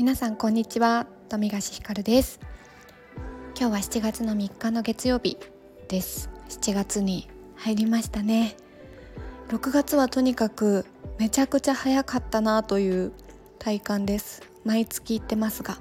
皆さんこんにちは、富樫ひかるです。今日は7月の3日の月曜日です。7月に入りましたね。6月はとにかくめちゃくちゃ早かったなという体感です。毎月言ってますが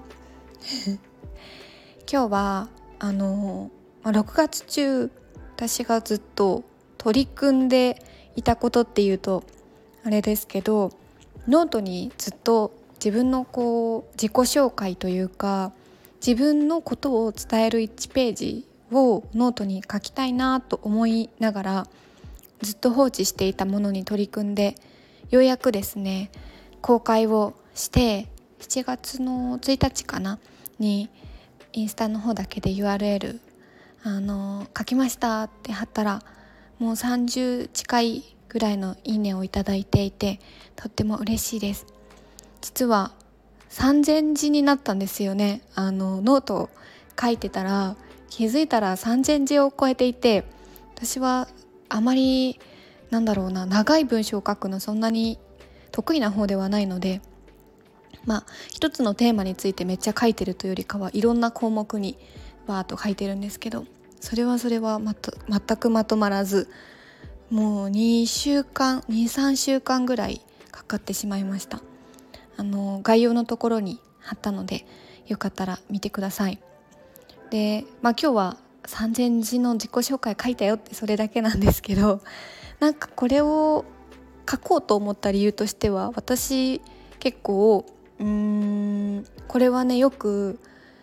今日は6月中私がずっと取り組んでいたことっていうとあれですけど、ノートにずっと自分の自己紹介というか、自分のことを伝える1ページをノートに書きたいなと思いながらずっと放置していたものに取り組んで、ようやくですね公開をして、7月の1日かなにインスタの方だけで URL 書きましたって貼ったら、もう30近いぐらいのいいねをいただいていて、とっても嬉しいです。実は3000字になったんですよね。ノートを書いてたら気づいたら3000字を超えていて、私はあまり長い文章を書くのそんなに得意な方ではないので、一つのテーマについてめっちゃ書いてるというよりかはいろんな項目にバーっと書いてるんですけど、それは全くまとまらず、もう2、3週間ぐらいかかってしまいました。概要のところに貼ったのでよかったら見てください。で、今日は3000字の自己紹介書いたよってそれだけなんですけど、これを書こうと思った理由としては、私結構これはね、よく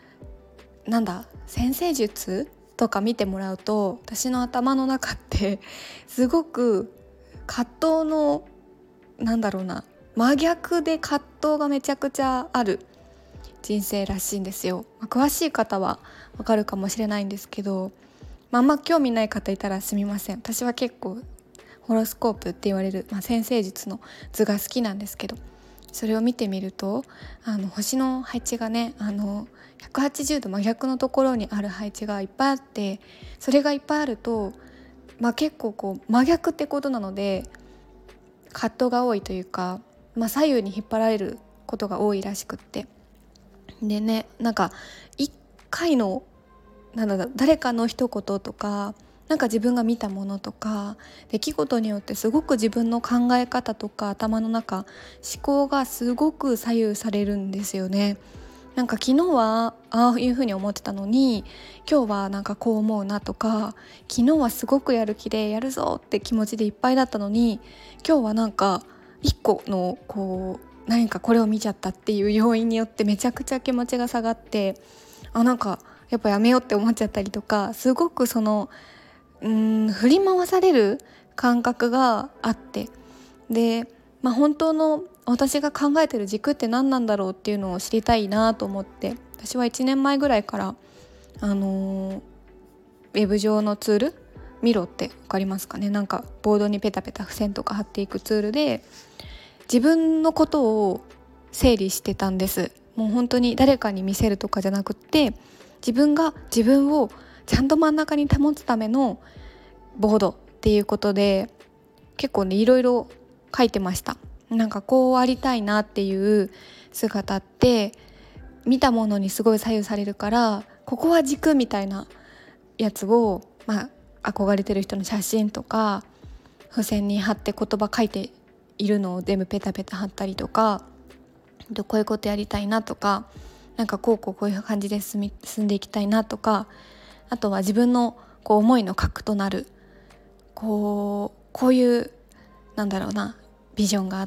先生術とか見てもらうと、私の頭の中ってすごく葛藤の真逆で葛藤がめちゃくちゃある人生らしいんですよ。詳しい方はわかるかもしれないんですけど、あんま興味ない方いたらすみません。私は結構ホロスコープって言われる、先生術の図が好きなんですけど、それを見てみると星の配置がね、180度真逆のところにある配置がいっぱいあって、それがいっぱいあると、結構真逆ってことなので葛藤が多いというか、左右に引っ張られることが多いらしくって、でね、一回の誰かの一言とか、自分が見たものとか出来事によってすごく自分の考え方とか頭の中、思考がすごく左右されるんですよね。昨日はああいうふうに思ってたのに、今日はこう思うなとか、昨日はすごくやる気でやるぞって気持ちでいっぱいだったのに、今日は一個の何かこれを見ちゃったっていう要因によってめちゃくちゃ気持ちが下がって、やっぱやめようって思っちゃったりとか、すごく振り回される感覚があって、で、本当の私が考えてる軸って何なんだろうっていうのを知りたいなと思って、私は1年前ぐらいからウェブ上のツール、ミロって分かりますかね。ボードにペタペタ付箋とか貼っていくツールで自分のことを整理してたんです。もう本当に誰かに見せるとかじゃなくって、自分が自分をちゃんと真ん中に保つためのボードっていうことで、結構ねいろいろ書いてました。こうありたいなっていう姿って見たものにすごい左右されるから、ここは軸みたいなやつを、憧れてる人の写真とか付箋に貼って言葉書いているのを全部ペタペタ貼ったりとか、こういうことやりたいなとか、こういう感じで進んでいきたいなとか、あとは自分の思いの核となるこういうビジョンがあって、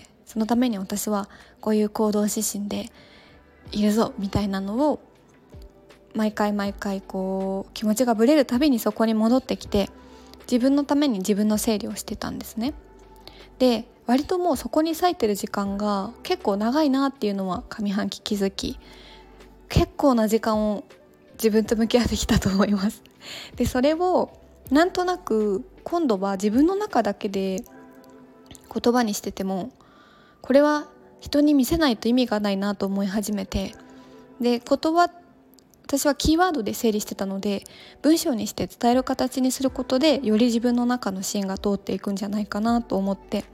そのために私はこういう行動指針でいるぞみたいなのを毎回気持ちがぶれるたびにそこに戻ってきて、自分のために自分の整理をしてたんですね。で、割ともうそこに割いてる時間が結構長いなっていうのは上半期気づき、結構な時間を自分と向き合ってきたと思います。で、それをなんとなく今度は自分の中だけで言葉にしてても、これは人に見せないと意味がないなと思い始めて、で、私はキーワードで整理してたので、文章にして伝える形にすることでより自分の中の芯が通っていくんじゃないかなと思って、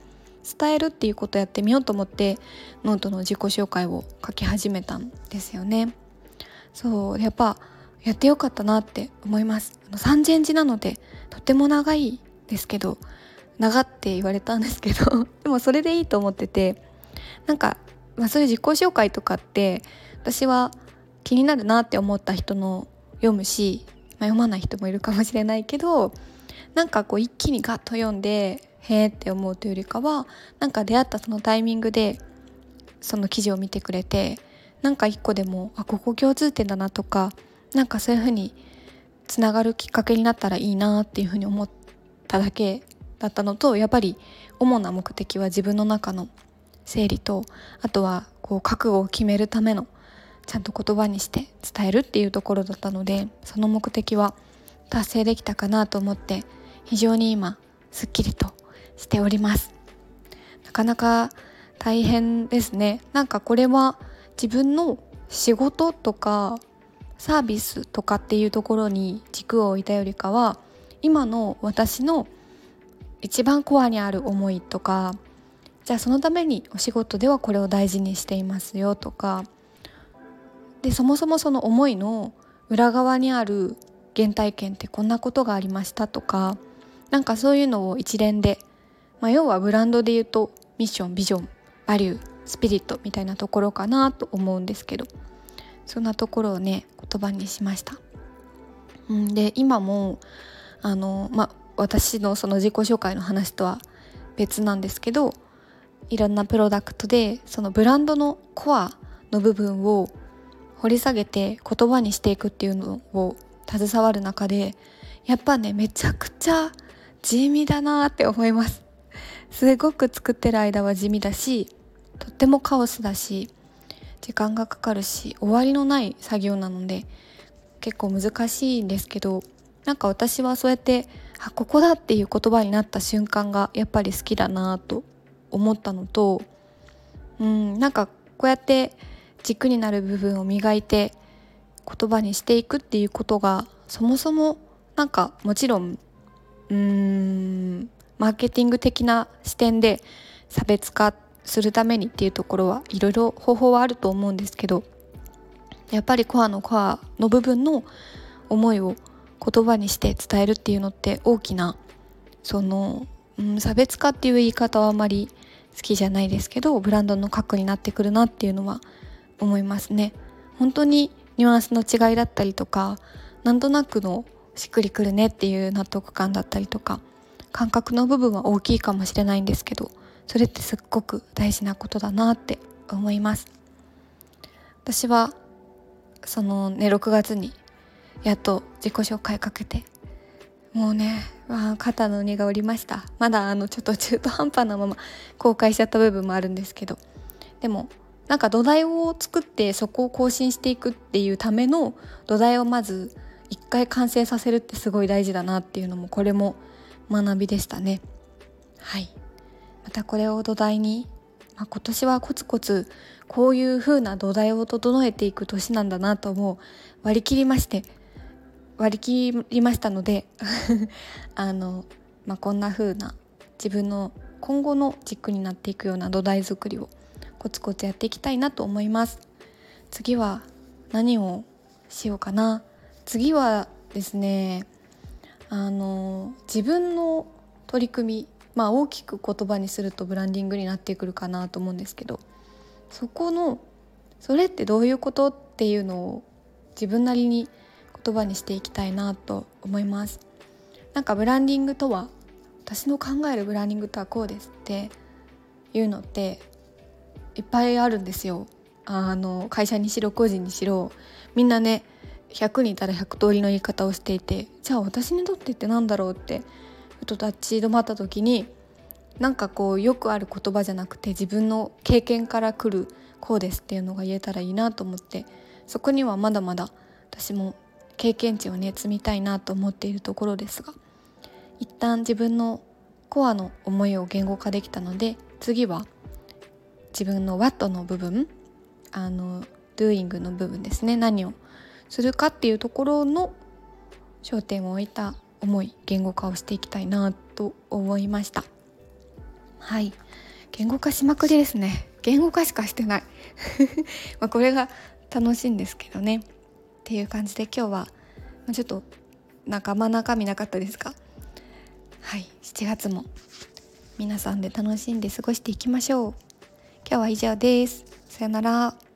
伝えるっていうことをやってみようと思ってノートの自己紹介を書き始めたんですよね。そうやっぱやってよかったなって思います。3000字なのでとても長いですけど、長って言われたんですけどでもそれでいいと思ってて、なんか、そういう自己紹介とかって私は気になるなって思った人の読むし、読まない人もいるかもしれないけど、なんかこう一気にガッと読んでへーって思うというよりかは、なんか出会ったそのタイミングでその記事を見てくれて、なんか一個でもここ共通点だなとか、なんかそういう風につながるきっかけになったらいいなっていう風に思っただけだったのと、やっぱり主な目的は自分の中の整理と、あとはこう覚悟を決めるためのちゃんと言葉にして伝えるっていうところだったので、その目的は達成できたかなと思って、非常に今すっきりとしております。なかなか大変ですね。なんかこれは自分の仕事とかサービスとかっていうところに軸を置いたよりかは、今の私の一番コアにある思いとか、じゃあそのためにお仕事ではこれを大事にしていますよとかで、そもそもその思いの裏側にある原体験ってこんなことがありましたとか、なんかそういうのを一連で、要はブランドで言うとミッション、ビジョン、バリュー、スピリットみたいなところかなと思うんですけど、そんなところをね言葉にしました。で今も私のその自己紹介の話とは別なんですけど、いろんなプロダクトでそのブランドのコアの部分を掘り下げて言葉にしていくっていうのを携わる中で、やっぱねめちゃくちゃ地味だなって思います。すごく作ってる間は地味だし、とってもカオスだし、時間がかかるし、終わりのない作業なので結構難しいんですけど、なんか私はそうやってここだっていう言葉になった瞬間がやっぱり好きだなと思ったのと、なんかこうやって軸になる部分を磨いて言葉にしていくっていうことが、そもそもなんかもちろんマーケティング的な視点で差別化するためにっていうところはいろいろ方法はあると思うんですけど、やっぱりコアの部分の思いを言葉にして伝えるっていうのって大きな差別化っていう言い方はあまり好きじゃないですけど、ブランドの核になってくるなっていうのは思いますね。本当にニュアンスの違いだったりとか、なんとなくのしっくりくるねっていう納得感だったりとか、感覚の部分は大きいかもしれないんですけど、それってすっごく大事なことだなって思います。私は6月にやっと自己紹介かけて、もうね肩の荷が下りました。まだちょっと中途半端なまま公開しちゃった部分もあるんですけど、でもなんか土台を作ってそこを更新していくっていうための土台をまず一回完成させるってすごい大事だなっていうのも、これも学びでしたね。はい、またこれを土台に、今年はコツコツこういう風な土台を整えていく年なんだなとも割り切りましたのでこんな風な自分の今後の軸になっていくような土台作りをコツコツやっていきたいなと思います。次は何をしようかな。次はですね、自分の取り組み、大きく言葉にするとブランディングになってくるかなと思うんですけど、それってどういうことっていうのを自分なりに言葉にしていきたいなと思います。なんかブランディングとは、私の考えるブランディングとはこうですっていうのっていっぱいあるんですよ。会社にしろ個人にしろ、みんなね100人いたら100通りの言い方をしていて、じゃあ私にとってってなんだろうってふと立ち止まった時に、なんかこうよくある言葉じゃなくて自分の経験から来るこうですっていうのが言えたらいいなと思って、そこにはまだまだ私も経験値をね積みたいなと思っているところですが、一旦自分のコアの思いを言語化できたので、次は自分の What の部分、Doing の部分ですね、何をするかっていうところの焦点を置いた思い、言語化をしていきたいなと思いました。はい、 言語化しまくりですね。言語化しかしてないこれが楽しいんですけどねっていう感じで、今日はちょっと中身なかったですか。はい、7月も皆さんで楽しんで過ごしていきましょう。今日は以上です。さよなら。